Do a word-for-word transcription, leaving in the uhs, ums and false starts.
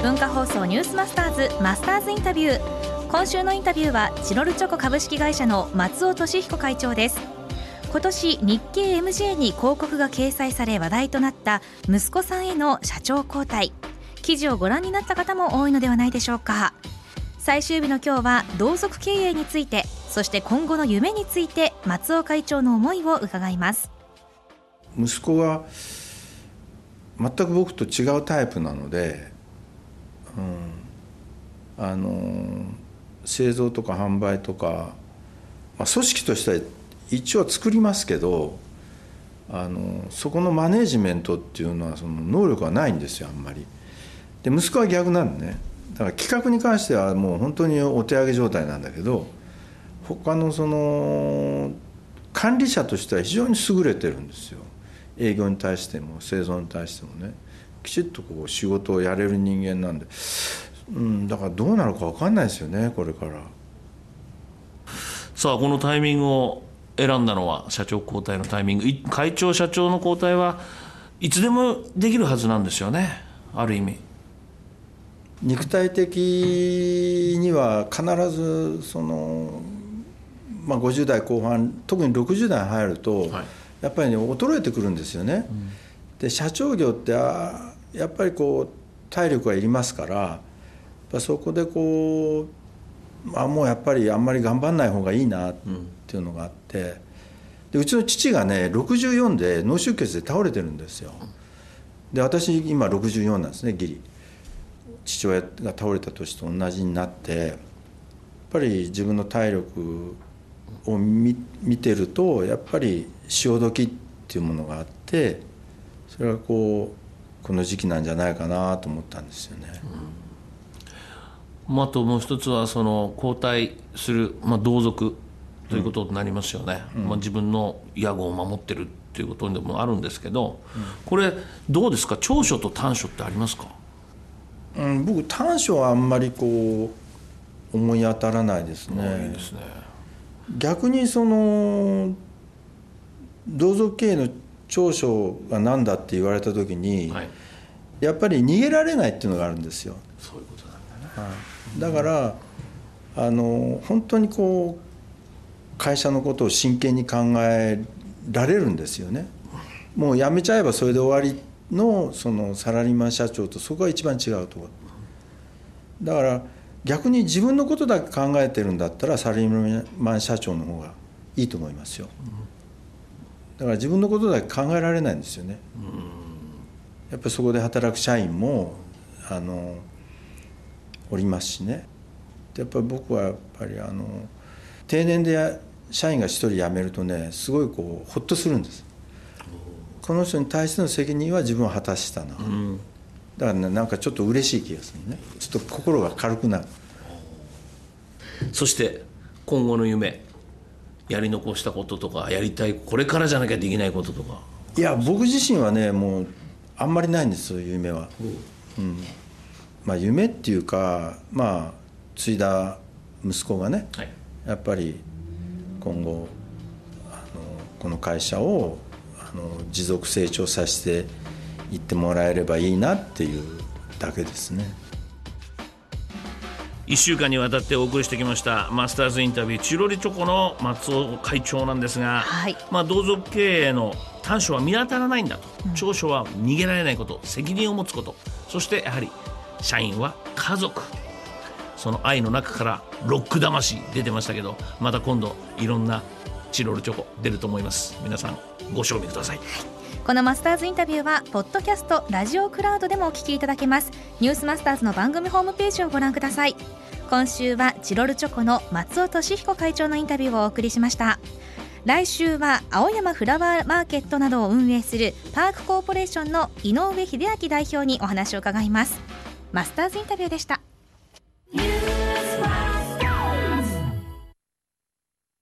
文化放送ニュースマスターズマスターズインタビュー。今週のインタビューはチロルチョコ株式会社の松尾俊彦会長です。今年日経 エムジェー に広告が掲載され話題となった息子さんへの社長交代、記事をご覧になった方も多いのではないでしょうか。最終日の今日は同族経営について、そして今後の夢について松尾会長の思いを伺います。 息子が全く僕と違うタイプなので、うん、あの製造とか販売とか、まあ、組織としては一応作りますけど、あのそこのマネージメントっていうのはその能力はないんですよ、あんまり。で息子は逆なんでね、だから企画に関してはもう本当にお手上げ状態なんだけど、他のその管理者としては非常に優れてるんですよ。営業に対しても製造に対してもね、きちっとこう仕事をやれる人間なんで、うん、だからどうなるか分かんないですよね、これから。 さあこのタイミングを選んだのは、社長交代のタイミング、会長社長の交代はいつでもできるはずなんですよね、ある意味。 肉体的には必ずその、まあ、ごじゅう代後半、特にろくじゅう代に入ると、はい、やっぱり、ね、衰えてくるんですよね、うん、で社長業ってあやっぱりこう体力がいりますから、やっぱそこでこう、あもうやっぱりあんまり頑張んない方がいいなっていうのがあって、でうちの父がねろくじゅうよんで脳出血で倒れてるんですよ。で私今ろくじゅうよんなんですね、ギリ。父親が倒れた年と同じになって、やっぱり自分の体力を 見, 見てるとやっぱり潮時っていうものがあって、それはこうこの時期なんじゃないかなと思ったんですよね、 うん、あともう一つはその交代する、まあ、同族ということになりますよね、うんまあ、自分の屋号を守ってるっていうことでもあるんですけど、うん、これどうですか、長所と短所ってありますか？ うん、僕短所はあんまりこう思い当たらないですね。 いいですね。 逆にその同族経営の長所が何だって言われた時に、はい、やっぱり逃げられないっていうのがあるんですよ。 そういうことなんだね、 はい、だからあの本当にこう会社のことを真剣に考えられるんですよね。もう辞めちゃえばそれで終わりのそのサラリーマン社長とそこが一番違うところだから、逆に自分のことだけ考えてるんだったらサラリーマン社長の方がいいと思いますよ。だから自分のことだけ考えられないんですよね。やっぱりそこで働く社員もあのおりますしね。やっぱり僕はやっぱりあの定年で社員が一人辞めるとね、すごいこうホッとするんです。この人に対しての責任は自分は果たしたな、うん、だからね、なんかちょっと嬉しい気がするね。ちょっと心が軽くなる。 そして今後の夢、やり残したこととか、やりたいこれからじゃなきゃできないこととか。 いや僕自身はねもうあんまりないんです、そういう夢は、うんうんまあ、夢っていうか、まあ継いだ息子がね、はい、やっぱり今後あのこの会社をあの持続成長させていってもらえればいいなっていうだけですね。 いっしゅうかんにわたってお送りしてきましたマスターズインタビュー、チロリチョコの松尾会長なんですが、はいまあ、同族経営の短所は見当たらないんだと、うん、長所は逃げられないこと、責任を持つこと、そしてやはり社員は家族、その愛の中からロック魂出てましたけど、また今度いろんなチロルチョコ出ると思います。皆さんご賞味ください。 このマスターズインタビューはポッドキャスト、ラジオクラウドでもお聞きいただけます。ニュースマスターズの番組ホームページをご覧ください。今週はチロルチョコの松尾俊彦会長のインタビューをお送りしました。来週は青山フラワーマーケットなどを運営するパークコーポレーションの井上秀明代表にお話を伺います。マスターズインタビューでした。